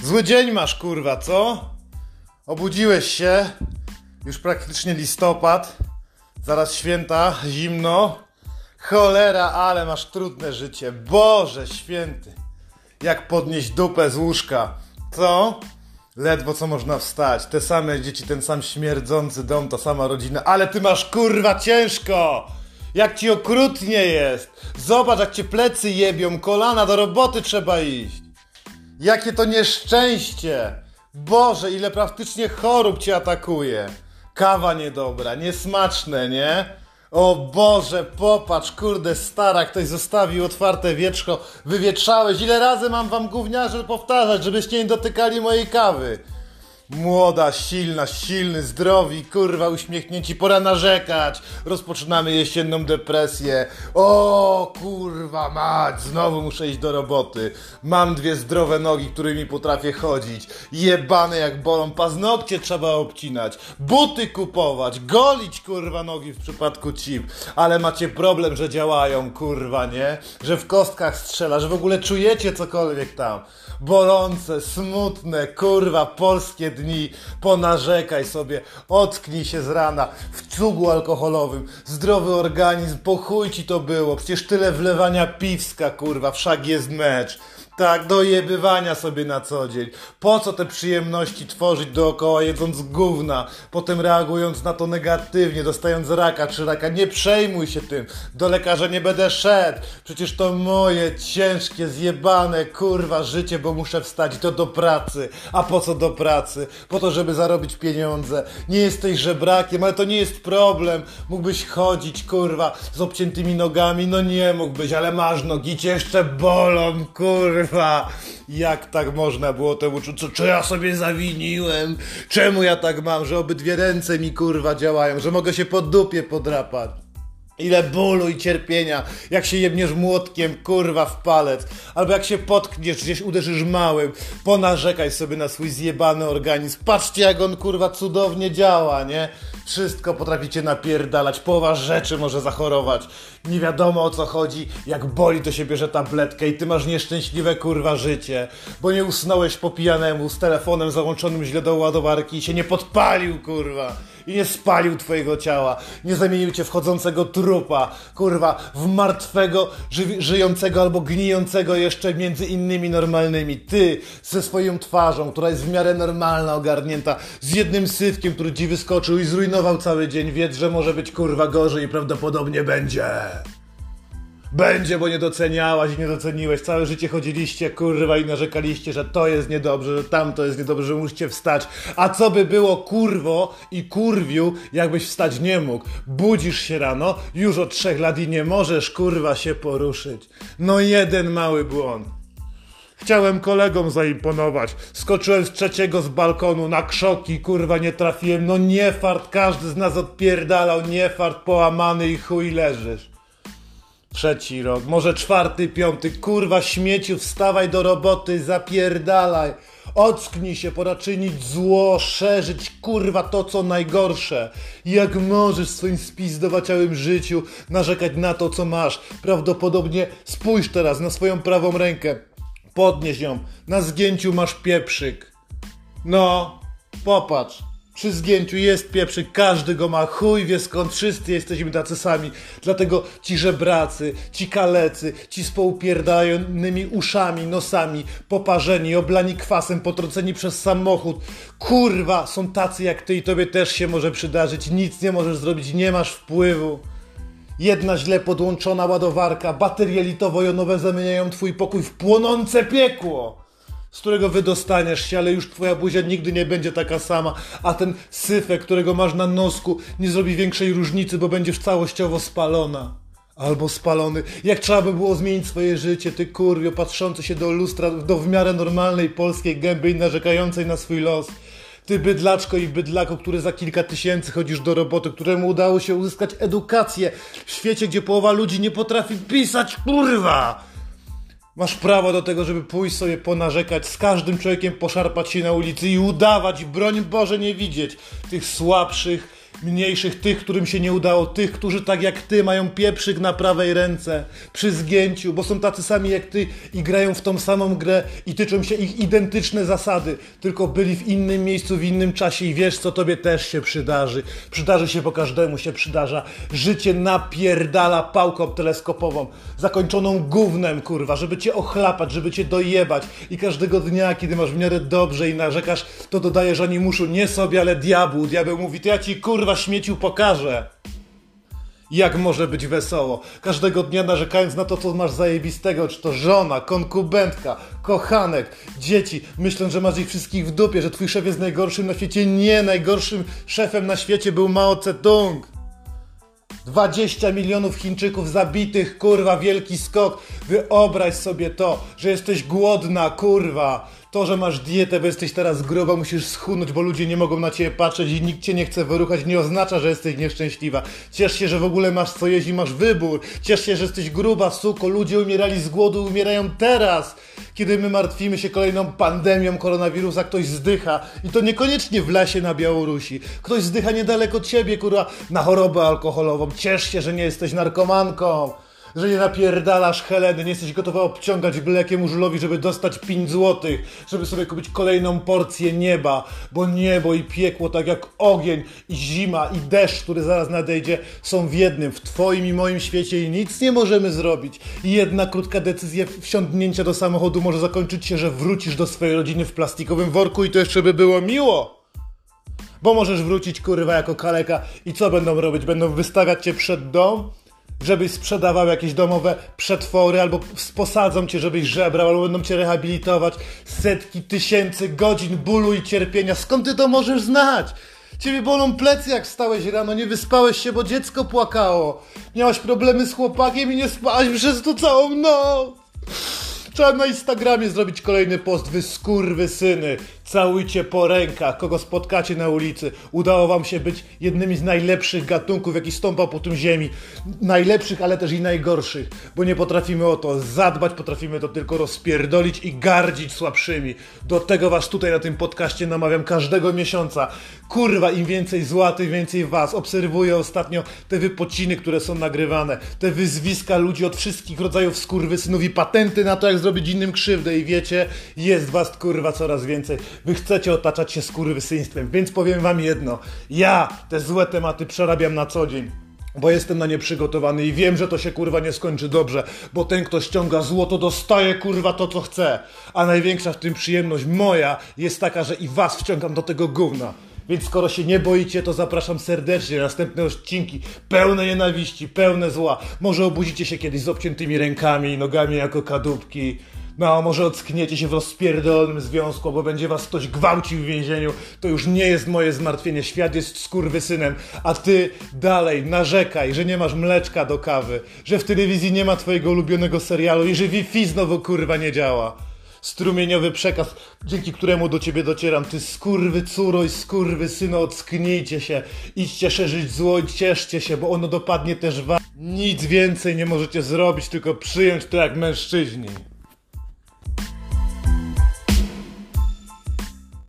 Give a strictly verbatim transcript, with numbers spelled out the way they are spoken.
Zły dzień masz, kurwa, co? Obudziłeś się, już praktycznie listopad, zaraz święta, zimno. Cholera, ale masz trudne życie. Boże święty. Jak podnieść dupę z łóżka. Co? Ledwo co można wstać. Te same dzieci, ten sam śmierdzący dom, ta sama rodzina. Ale ty masz, kurwa, ciężko! Jak ci okrutnie jest! Zobacz, jak cię plecy jebią, kolana, do roboty trzeba iść. Jakie to nieszczęście! Boże, ile praktycznie chorób cię atakuje. Kawa niedobra, niesmaczne, nie? O Boże, popatrz, kurde stara, ktoś zostawił otwarte wieczko, wywietrzałeś. Ile razy mam wam gówniarze powtarzać, żebyście nie dotykali mojej kawy? Młoda, silna, silny, zdrowi, kurwa, uśmiechnięci, pora narzekać. Rozpoczynamy jesienną depresję. O kurwa mać, znowu muszę iść do roboty. Mam dwie zdrowe nogi, którymi potrafię chodzić. Jebane jak bolą, paznokcie trzeba obcinać, buty kupować, golić, kurwa, nogi w przypadku cip. Ale macie problem, że działają, kurwa, nie? Że w kostkach strzela, że w ogóle czujecie cokolwiek tam. Bolące, smutne, kurwa, polskie dni. Ponarzekaj sobie, ocknij się z rana w cugu alkoholowym. Zdrowy organizm, po chuj ci to było. Przecież tyle wlewania piwska, kurwa, wszak jest mecz. Tak, dojebywania sobie na co dzień. Po co te przyjemności tworzyć dookoła, jedząc gówna, potem reagując na to negatywnie, dostając raka czy raka? Nie przejmuj się tym. Do lekarza nie będę szedł. Przecież to moje ciężkie, zjebane, kurwa, życie, bo muszę wstać i to do pracy. A po co do pracy? Po to, żeby zarobić pieniądze. Nie jesteś żebrakiem, ale to nie jest problem. Mógłbyś chodzić, kurwa, z obciętymi nogami. No nie mógłbyś, ale masz nogi, cię jeszcze bolą, kurwa. Jak tak można było temu czuć? Co, co ja sobie zawiniłem? Czemu ja tak mam, że obydwie ręce mi, kurwa, działają? Że mogę się po dupie podrapać? Ile bólu i cierpienia, jak się jebniesz młotkiem, kurwa, w palec, albo jak się potkniesz, gdzieś uderzysz małym. Ponarzekaj sobie na swój zjebany organizm. Patrzcie, jak on, kurwa, cudownie działa, nie? Wszystko potraficie napierdalać, połowa rzeczy może zachorować. Nie wiadomo, o co chodzi, jak boli, to się bierze tabletkę i ty masz nieszczęśliwe, kurwa, życie, bo nie usnąłeś po pijanemu z telefonem załączonym źle do ładowarki i się nie podpalił, kurwa, i nie spalił twojego ciała, nie zamienił cię w chodzącego trupa, kurwa, w martwego, ży- żyjącego albo gnijącego jeszcze między innymi normalnymi. Ty ze swoją twarzą, która jest w miarę normalna, ogarnięta, z jednym syfkiem, który ci wyskoczył i zrujnował cały dzień, wiedz, że może być, kurwa, gorzej i prawdopodobnie będzie. Będzie, bo nie doceniałaś i nie doceniłeś. Całe życie chodziliście, kurwa, i narzekaliście, że to jest niedobrze, że tamto jest niedobrze, że musicie wstać. A co by było, kurwo i kurwiu, jakbyś wstać nie mógł? Budzisz się rano, już od trzech lat i nie możesz, kurwa, się poruszyć. No jeden mały błąd. Chciałem kolegom zaimponować. Skoczyłem z trzeciego z balkonu na krzoki, kurwa, nie trafiłem. No nie fart, każdy z nas odpierdalał, nie fart, połamany i chuj leżysz. Trzeci rok, może czwarty, piąty, kurwa, śmieciu, wstawaj do roboty, zapierdalaj, ocknij się, pora czynić zło, szerzyć, kurwa, to co najgorsze. Jak możesz w swoim spizdowaciałym życiu narzekać na to, co masz? Prawdopodobnie spójrz teraz na swoją prawą rękę, podnieś ją, na zgięciu masz pieprzyk. No, popatrz. Przy zgięciu jest pieprzyk, każdy go ma, chuj wie skąd, wszyscy jesteśmy tacy sami. Dlatego ci żebracy, ci kalecy, ci z poupierdanymi uszami, nosami, poparzeni, oblani kwasem, potrąceni przez samochód, kurwa, są tacy jak ty i tobie też się może przydarzyć, nic nie możesz zrobić, nie masz wpływu. Jedna źle podłączona ładowarka, baterie litowo-jonowe zamieniają twój pokój w płonące piekło, z którego wydostaniesz się, ale już twoja buzia nigdy nie będzie taka sama, a ten syfek, którego masz na nosku, nie zrobi większej różnicy, bo będziesz całościowo spalona. Albo spalony. Jak trzeba by było zmienić swoje życie, ty kurwio, patrzący się do lustra, do w miarę normalnej polskiej gęby i narzekającej na swój los. Ty bydlaczko i bydlako, który za kilka tysięcy chodzisz do roboty, któremu udało się uzyskać edukację w świecie, gdzie połowa ludzi nie potrafi pisać, kurwa! Masz prawo do tego, żeby pójść sobie ponarzekać, z każdym człowiekiem poszarpać się na ulicy i udawać, broń Boże, nie widzieć tych słabszych, mniejszych, tych, którym się nie udało, tych, którzy tak jak ty mają pieprzyk na prawej ręce przy zgięciu, bo są tacy sami jak ty i grają w tą samą grę i tyczą się ich identyczne zasady, tylko byli w innym miejscu, w innym czasie i wiesz co, tobie też się przydarzy. Przydarzy się, bo każdemu się przydarza. Życie napierdala pałką teleskopową, zakończoną gównem, kurwa, żeby cię ochlapać, żeby cię dojebać i każdego dnia, kiedy masz w miarę dobrze i narzekasz, to dodajesz animuszu nie sobie, ale diabłu. Diabeł mówi, to ja ci kurwa śmieciu pokażę, jak może być wesoło. Każdego dnia narzekając na to, co masz zajebistego, czy to żona, konkubentka, kochanek, dzieci, myśląc, że masz ich wszystkich w dupie, że twój szef jest najgorszym na świecie. Nie, najgorszym szefem na świecie był Mao Tse-tung. dwadzieścia milionów Chińczyków zabitych, kurwa, wielki skok. Wyobraź sobie to, że jesteś głodna, kurwa. To, że masz dietę, bo jesteś teraz gruba, musisz schudnąć, bo ludzie nie mogą na ciebie patrzeć i nikt cię nie chce wyruchać, nie oznacza, że jesteś nieszczęśliwa. Ciesz się, że w ogóle masz co jeść i masz wybór. Ciesz się, że jesteś gruba, suko. Ludzie umierali z głodu, umierają teraz. Kiedy my martwimy się kolejną pandemią koronawirusa, ktoś zdycha. I to niekoniecznie w lesie na Białorusi. Ktoś zdycha niedaleko od ciebie, kurwa, na chorobę alkoholową. Ciesz się, że nie jesteś narkomanką. Że nie napierdalasz Heleny, nie jesteś gotowa obciągać mlekiem użulowi, żeby dostać pięć złotych, żeby sobie kupić kolejną porcję nieba, bo niebo i piekło, tak jak ogień i zima i deszcz, który zaraz nadejdzie, są w jednym, w twoim i moim świecie i nic nie możemy zrobić. I jedna krótka decyzja wsiądnięcia do samochodu może zakończyć się, że wrócisz do swojej rodziny w plastikowym worku i to jeszcze by było miło. Bo możesz wrócić, kurwa, jako kaleka i co będą robić? Będą wystawiać cię przed dom? Żebyś sprzedawał jakieś domowe przetwory, albo posadzą cię, żebyś żebrał, albo będą cię rehabilitować. Setki tysięcy godzin bólu i cierpienia. Skąd ty to możesz znać? Ciebie bolą plecy, jak wstałeś rano, nie wyspałeś się, bo dziecko płakało. Miałaś problemy z chłopakiem i nie spałaś przez to całą noc. Trzeba na Instagramie zrobić kolejny post. Wy skurwysyny, całujcie po rękach, kogo spotkacie na ulicy. Udało wam się być jednymi z najlepszych gatunków, jaki stąpał po tym ziemi. Najlepszych, ale też i najgorszych. Bo nie potrafimy o to zadbać, potrafimy to tylko rozpierdolić i gardzić słabszymi. Do tego was tutaj na tym podcaście namawiam każdego miesiąca. Kurwa, im więcej zła, tym więcej was. Obserwuję ostatnio te wypociny, które są nagrywane. Te wyzwiska ludzi od wszystkich rodzajów skurwysynów i patenty na to, jak zrobić innym krzywdę. I wiecie, jest was, kurwa, coraz więcej. Wy chcecie otaczać się skurwysyństwem, więc powiem wam jedno. Ja te złe tematy przerabiam na co dzień, bo jestem na nie przygotowany i wiem, że to się, kurwa, nie skończy dobrze, bo ten, kto ściąga złoto, dostaje, kurwa, to, co chce. A największa w tym przyjemność moja jest taka, że i was wciągam do tego gówna. Więc skoro się nie boicie, to zapraszam serdecznie na następne odcinki pełne nienawiści, pełne zła. Może obudzicie się kiedyś z obciętymi rękami i nogami jako kadłubki. No, a może ockniecie się w rozpierdolonym związku, bo będzie was ktoś gwałcił w więzieniu. To już nie jest moje zmartwienie. Świat jest skurwysynem, a ty dalej narzekaj, że nie masz mleczka do kawy, że w telewizji nie ma twojego ulubionego serialu i że Wi-Fi znowu, kurwa, nie działa. Strumieniowy przekaz, dzięki któremu do ciebie docieram. Ty skurwy córo i skurwy syno, ocknijcie się. Idźcie szerzyć zło i cieszcie się, bo ono dopadnie też was. Nic więcej nie możecie zrobić, tylko przyjąć to jak mężczyźni.